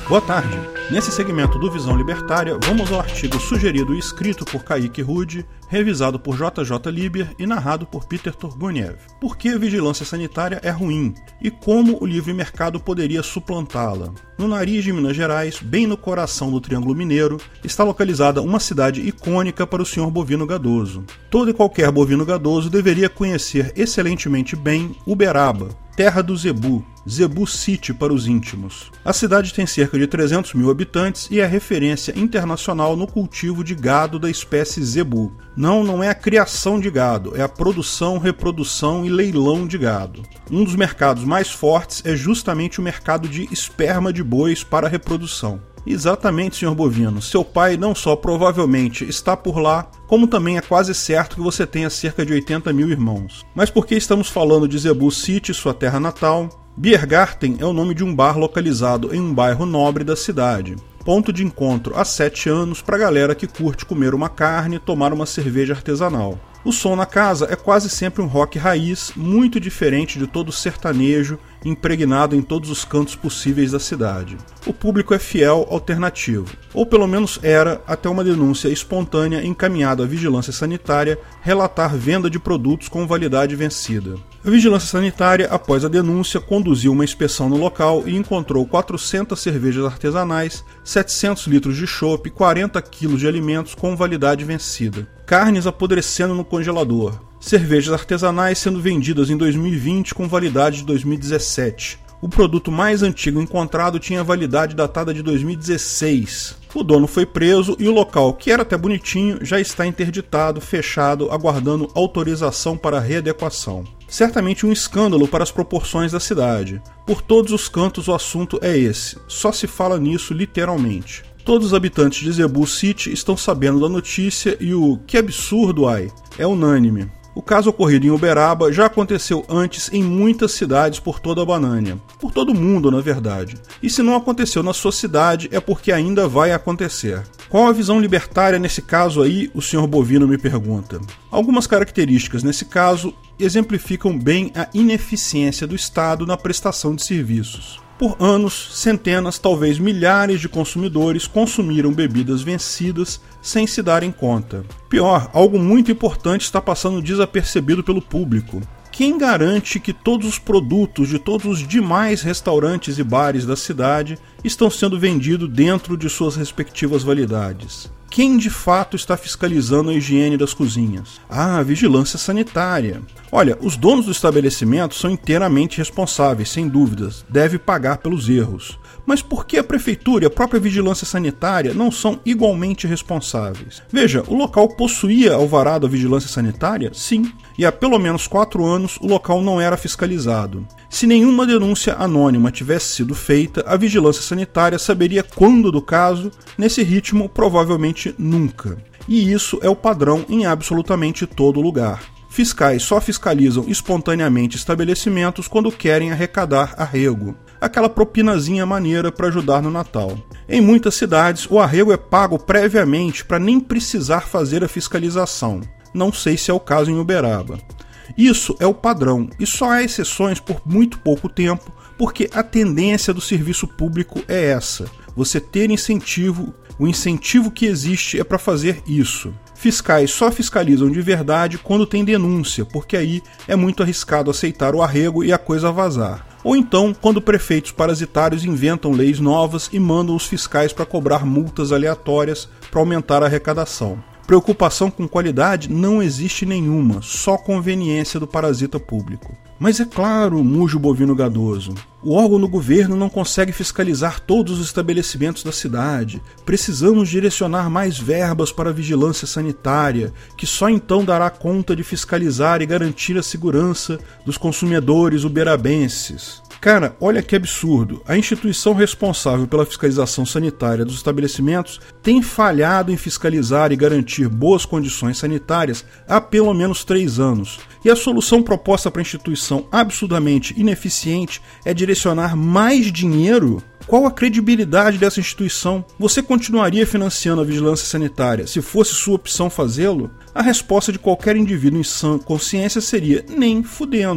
Boa tarde. Nesse segmento do Visão Libertária, vamos ao artigo sugerido e escrito por Kaique Rude, revisado por JJ Liber e narrado por Peter Turguniev. Por que a vigilância sanitária é ruim e como o livre mercado poderia suplantá-la? No nariz de Minas Gerais, bem no coração do Triângulo Mineiro, está localizada uma cidade icônica para o senhor bovino gadoso. Todo e qualquer bovino gadoso deveria conhecer excelentemente bem Uberaba, terra do zebu, Zebu City para os íntimos. A cidade tem cerca de 300 mil habitantes e é referência internacional no cultivo de gado da espécie zebu. Não é a criação de gado, é a produção, reprodução e leilão de gado. Um dos mercados mais fortes é justamente o mercado de esperma de bois para reprodução. Exatamente, senhor bovino. Seu pai não só provavelmente está por lá, como também é quase certo que você tenha cerca de 80 mil irmãos. Mas por que estamos falando de Zebu City, sua terra natal? Biergarten é o nome de um bar localizado em um bairro nobre da cidade. Ponto de encontro há 7 anos para a galera que curte comer uma carne e tomar uma cerveja artesanal. O som na casa é quase sempre um rock raiz, muito diferente de todo o sertanejo, impregnado em todos os cantos possíveis da cidade. O público é fiel, alternativo, ou pelo menos era até uma denúncia espontânea encaminhada à vigilância sanitária relatar venda de produtos com validade vencida. A vigilância sanitária, após a denúncia, conduziu uma inspeção no local e encontrou 400 cervejas artesanais, 700 litros de chopp e 40 quilos de alimentos com validade vencida. Carnes apodrecendo no congelador. Cervejas artesanais sendo vendidas em 2020 com validade de 2017. O produto mais antigo encontrado tinha validade datada de 2016. O dono foi preso e o local, que era até bonitinho, já está interditado, fechado, aguardando autorização para readequação. Certamente um escândalo para as proporções da cidade. Por todos os cantos o assunto é esse, só se fala nisso literalmente. Todos os habitantes de Zebu City estão sabendo da notícia e o "que absurdo, ai" é unânime. O caso ocorrido em Uberaba já aconteceu antes em muitas cidades por toda a Banânia. Por todo o mundo, na verdade. E se não aconteceu na sua cidade, é porque ainda vai acontecer. Qual a visão libertária nesse caso aí, o senhor bovino me pergunta. Algumas características nesse caso exemplificam bem a ineficiência do Estado na prestação de serviços. Por anos, centenas, talvez milhares de consumidores consumiram bebidas vencidas sem se darem conta. Pior, algo muito importante está passando desapercebido pelo público. Quem garante que todos os produtos de todos os demais restaurantes e bares da cidade estão sendo vendidos dentro de suas respectivas validades? Quem de fato está fiscalizando a higiene das cozinhas? A vigilância sanitária. Olha, os donos do estabelecimento são inteiramente responsáveis, sem dúvidas, deve pagar pelos erros. Mas por que a prefeitura e a própria vigilância sanitária não são igualmente responsáveis? Veja, o local possuía alvará da vigilância sanitária? Sim. E há pelo menos 4 anos o local não era fiscalizado. Se nenhuma denúncia anônima tivesse sido feita, a vigilância sanitária saberia quando do caso, nesse ritmo provavelmente nunca. E isso é o padrão em absolutamente todo lugar. Fiscais só fiscalizam espontaneamente estabelecimentos quando querem arrecadar arrego. Aquela propinazinha maneira para ajudar no Natal. Em muitas cidades, o arrego é pago previamente para nem precisar fazer a fiscalização. Não sei se é o caso em Uberaba. Isso é o padrão, e só há exceções por muito pouco tempo, porque a tendência do serviço público é essa. Você ter incentivo, o incentivo que existe é para fazer isso. Fiscais só fiscalizam de verdade quando tem denúncia, porque aí é muito arriscado aceitar o arrego e a coisa vazar. Ou então, quando prefeitos parasitários inventam leis novas e mandam os fiscais para cobrar multas aleatórias para aumentar a arrecadação. Preocupação com qualidade não existe nenhuma, só conveniência do parasita público. Mas é claro, muge o bovino gadoso. O órgão do governo não consegue fiscalizar todos os estabelecimentos da cidade. Precisamos direcionar mais verbas para a vigilância sanitária, que só então dará conta de fiscalizar e garantir a segurança dos consumidores uberabenses. Cara, olha que absurdo. A instituição responsável pela fiscalização sanitária dos estabelecimentos tem falhado em fiscalizar e garantir boas condições sanitárias há pelo menos 3 anos. E a solução proposta para a instituição absurdamente ineficiente é direcionar mais dinheiro? Qual a credibilidade dessa instituição? Você continuaria financiando a vigilância sanitária se fosse sua opção fazê-lo? A resposta de qualquer indivíduo em sã consciência seria nem fudendo.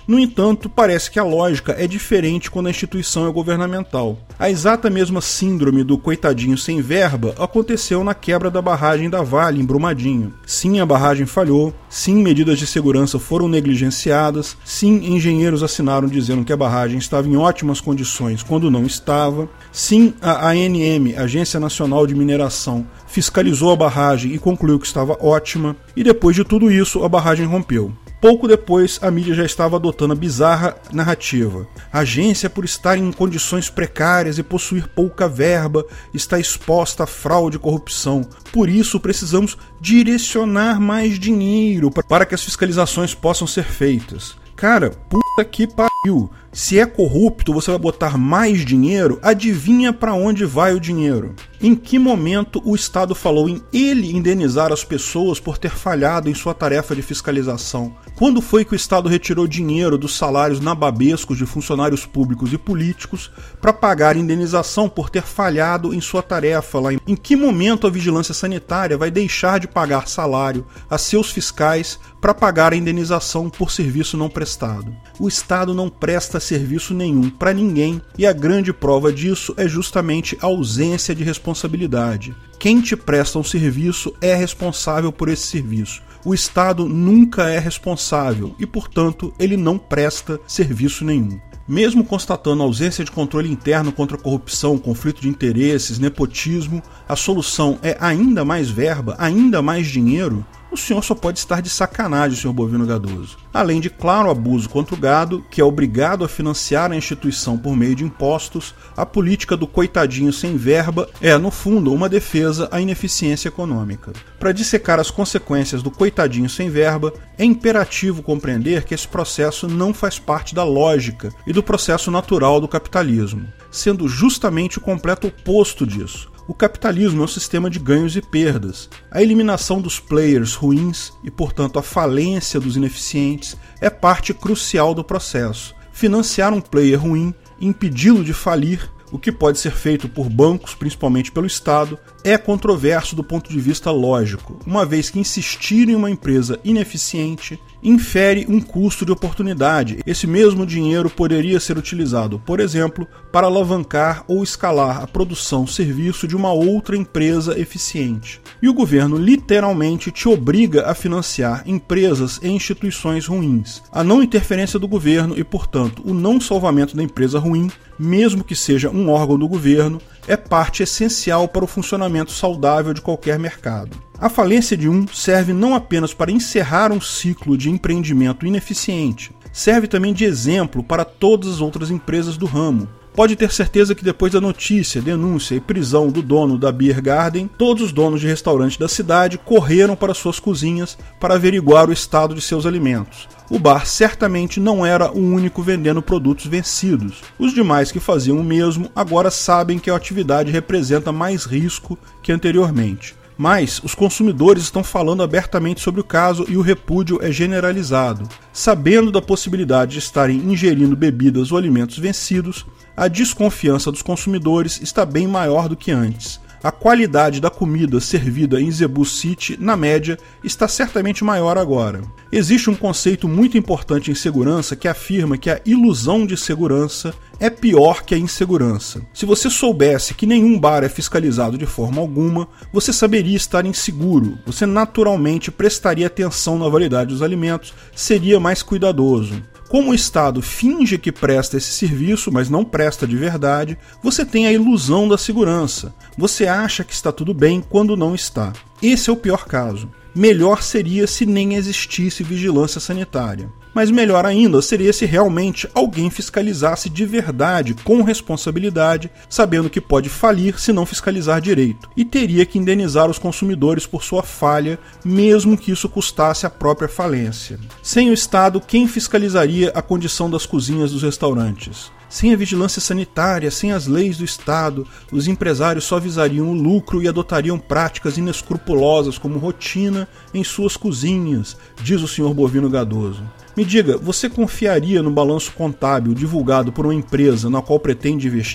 No entanto, parece que a lógica é diferente quando a instituição é governamental. A exata mesma síndrome do coitadinho sem verba aconteceu na quebra da barragem da Vale, em Brumadinho. Sim, a barragem falhou, sim, medidas de segurança foram negligenciadas, sim, engenheiros assinaram dizendo que a barragem estava em ótimas condições quando não estava, sim, a ANM, Agência Nacional de Mineração, fiscalizou a barragem e concluiu que estava ótima, e depois de tudo isso, a barragem rompeu. Pouco depois, a mídia já estava adotando a bizarra narrativa. A agência, por estar em condições precárias e possuir pouca verba, está exposta a fraude e corrupção. Por isso, precisamos direcionar mais dinheiro para que as fiscalizações possam ser feitas. Cara, puta que pariu. Se é corrupto, você vai botar mais dinheiro? Adivinha para onde vai o dinheiro? Em que momento o Estado falou em ele indenizar as pessoas por ter falhado em sua tarefa de fiscalização? Quando foi que o Estado retirou dinheiro dos salários nababescos de funcionários públicos e políticos para pagar indenização por ter falhado em sua tarefa lá? Em que momento a vigilância sanitária vai deixar de pagar salário a seus fiscais para pagar a indenização por serviço não prestado? O Estado não presta serviço nenhum para ninguém e a grande prova disso é justamente a ausência de responsabilidade. Quem te presta um serviço é responsável por esse serviço. O Estado nunca é responsável e, portanto, ele não presta serviço nenhum. Mesmo constatando a ausência de controle interno contra a corrupção, conflito de interesses, nepotismo, a solução é ainda mais verba, ainda mais dinheiro? O senhor só pode estar de sacanagem, senhor Bovino Gadoso. Além de claro abuso contra o gado, que é obrigado a financiar a instituição por meio de impostos, a política do coitadinho sem verba é, no fundo, uma defesa à ineficiência econômica. Para dissecar as consequências do coitadinho sem verba, é imperativo compreender que esse processo não faz parte da lógica e do processo natural do capitalismo, sendo justamente o completo oposto disso. O capitalismo é um sistema de ganhos e perdas. A eliminação dos players ruins e, portanto, a falência dos ineficientes é parte crucial do processo. Financiar um player ruim e impedi-lo de falir, o que pode ser feito por bancos, principalmente pelo Estado, é controverso do ponto de vista lógico, uma vez que insistir em uma empresa ineficiente infere um custo de oportunidade. Esse mesmo dinheiro poderia ser utilizado, por exemplo, para alavancar ou escalar a produção-serviço de uma outra empresa eficiente. E o governo literalmente te obriga a financiar empresas e instituições ruins. A não interferência do governo e, portanto, o não salvamento da empresa ruim, mesmo que seja um órgão do governo, é parte essencial para o funcionamento saudável de qualquer mercado. A falência de um serve não apenas para encerrar um ciclo de empreendimento ineficiente, serve também de exemplo para todas as outras empresas do ramo. Pode ter certeza que depois da notícia, denúncia e prisão do dono da Beer Garden, todos os donos de restaurantes da cidade correram para suas cozinhas para averiguar o estado de seus alimentos. O bar certamente não era o único vendendo produtos vencidos. Os demais que faziam o mesmo agora sabem que a atividade representa mais risco que anteriormente. Mas os consumidores estão falando abertamente sobre o caso e o repúdio é generalizado. Sabendo da possibilidade de estarem ingerindo bebidas ou alimentos vencidos, a desconfiança dos consumidores está bem maior do que antes. A qualidade da comida servida em Zebu City, na média, está certamente maior agora. Existe um conceito muito importante em segurança que afirma que a ilusão de segurança é pior que a insegurança. Se você soubesse que nenhum bar é fiscalizado de forma alguma, você saberia estar inseguro, você naturalmente prestaria atenção na validade dos alimentos, seria mais cuidadoso. Como o Estado finge que presta esse serviço, mas não presta de verdade, você tem a ilusão da segurança. Você acha que está tudo bem quando não está. Esse é o pior caso. Melhor seria se nem existisse vigilância sanitária. Mas melhor ainda seria se realmente alguém fiscalizasse de verdade, com responsabilidade, sabendo que pode falir se não fiscalizar direito, e teria que indenizar os consumidores por sua falha, mesmo que isso custasse a própria falência. Sem o Estado, quem fiscalizaria a condição das cozinhas dos restaurantes? Sem a vigilância sanitária, sem as leis do Estado, os empresários só visariam o lucro e adotariam práticas inescrupulosas como rotina em suas cozinhas, diz o senhor Bovino Gadoso. Me diga, você confiaria no balanço contábil divulgado por uma empresa na qual pretende investir?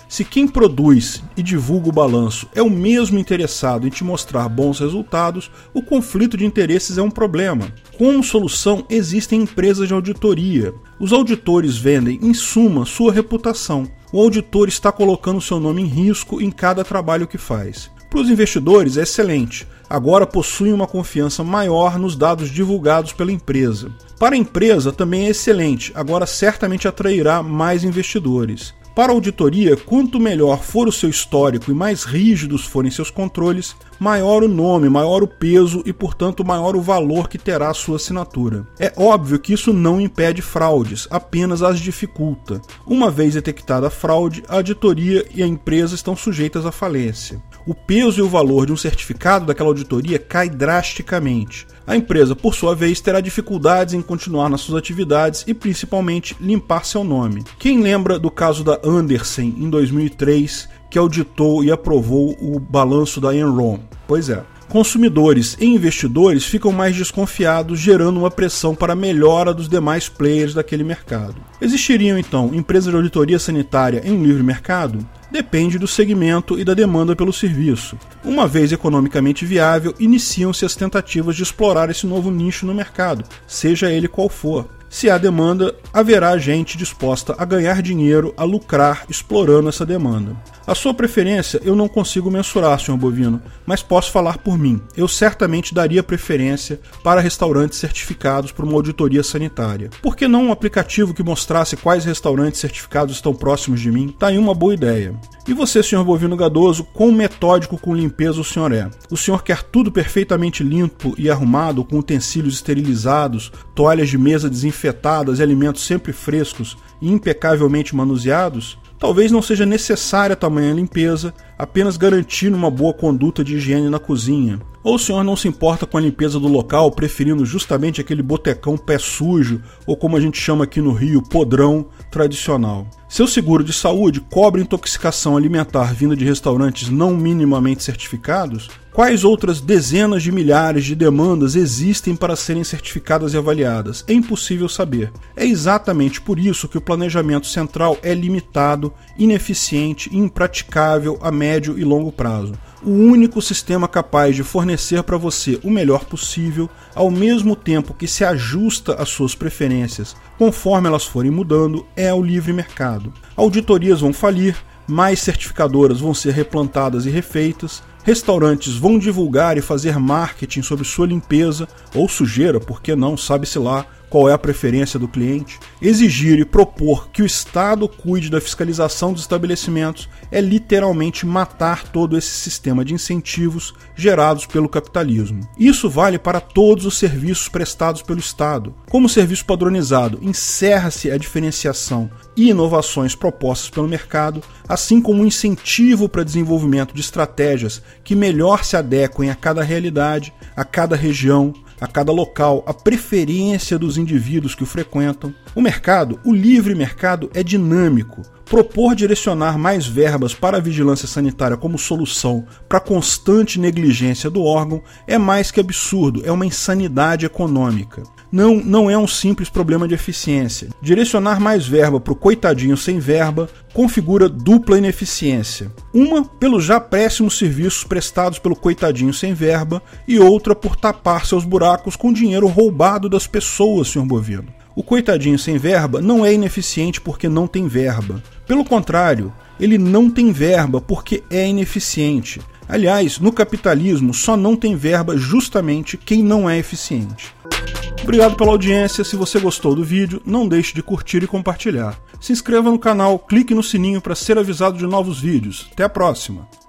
Se quem produz e divulga o balanço é o mesmo interessado em te mostrar bons resultados, o conflito de interesses é um problema. Como solução, existem empresas de auditoria. Os auditores vendem, em suma, sua reputação. O auditor está colocando seu nome em risco em cada trabalho que faz. Para os investidores é excelente. Agora possuem uma confiança maior nos dados divulgados pela empresa. Para a empresa também é excelente, agora certamente atrairá mais investidores. Para a auditoria, quanto melhor for o seu histórico e mais rígidos forem seus controles, maior o nome, maior o peso e, portanto, maior o valor que terá a sua assinatura. É óbvio que isso não impede fraudes, apenas as dificulta. Uma vez detectada a fraude, a auditoria e a empresa estão sujeitas à falência. O peso e o valor de um certificado daquela auditoria cai drasticamente. A empresa, por sua vez, terá dificuldades em continuar nas suas atividades e, principalmente, limpar seu nome. Quem lembra do caso da Andersen, em 2003, que auditou e aprovou o balanço da Enron? Pois é. Consumidores e investidores ficam mais desconfiados, gerando uma pressão para a melhora dos demais players daquele mercado. Existiriam, então, empresas de auditoria sanitária em um livre mercado? Depende do segmento e da demanda pelo serviço. Uma vez economicamente viável, iniciam-se as tentativas de explorar esse novo nicho no mercado, seja ele qual for. Se há demanda, haverá gente disposta a ganhar dinheiro, a lucrar explorando essa demanda. A sua preferência eu não consigo mensurar, Sr. Bovino, mas posso falar por mim. Eu certamente daria preferência para restaurantes certificados por uma auditoria sanitária. Por que não um aplicativo que mostrasse quais restaurantes certificados estão próximos de mim? Tá aí uma boa ideia. E você, Sr. Bovino Gadoso, quão metódico com limpeza o senhor é? O senhor quer tudo perfeitamente limpo e arrumado, com utensílios esterilizados, toalhas de mesa desinfetadas e alimentos sempre frescos e impecavelmente manuseados? Talvez não seja necessária tamanha limpeza, apenas garantindo uma boa conduta de higiene na cozinha. Ou o senhor não se importa com a limpeza do local, preferindo justamente aquele botecão pé sujo, ou como a gente chama aqui no Rio, podrão tradicional. Seu seguro de saúde cobre intoxicação alimentar vinda de restaurantes não minimamente certificados? Quais outras dezenas de milhares de demandas existem para serem certificadas e avaliadas? É impossível saber. É exatamente por isso que o planejamento central é limitado, ineficiente e impraticável a médio e longo prazo. O único sistema capaz de fornecer para você o melhor possível, ao mesmo tempo que se ajusta às suas preferências, conforme elas forem mudando, é o livre mercado. Auditorias vão falir, mais certificadoras vão ser replantadas e refeitas, restaurantes vão divulgar e fazer marketing sobre sua limpeza, ou sujeira, por que não, sabe-se lá qual é a preferência do cliente. Exigir e propor que o Estado cuide da fiscalização dos estabelecimentos é literalmente matar todo esse sistema de incentivos gerados pelo capitalismo. Isso vale para todos os serviços prestados pelo Estado. Como serviço padronizado, encerra-se a diferenciação e inovações propostas pelo mercado, assim como um incentivo para desenvolvimento de estratégias que melhor se adequem a cada realidade, a cada região, a cada local, a preferência dos indivíduos que o frequentam. O mercado, o livre mercado, é dinâmico. Propor direcionar mais verbas para a vigilância sanitária como solução para a constante negligência do órgão é mais que absurdo, é uma insanidade econômica. Não é um simples problema de eficiência. Direcionar mais verba para o coitadinho sem verba configura dupla ineficiência. Uma pelos já péssimos serviços prestados pelo coitadinho sem verba e outra por tapar seus buracos com dinheiro roubado das pessoas, Sr. Bovino. O coitadinho sem verba não é ineficiente porque não tem verba. Pelo contrário, ele não tem verba porque é ineficiente. Aliás, no capitalismo só não tem verba justamente quem não é eficiente. Obrigado pela audiência. Se você gostou do vídeo, não deixe de curtir e compartilhar. Se inscreva no canal, clique no sininho para ser avisado de novos vídeos. Até a próxima!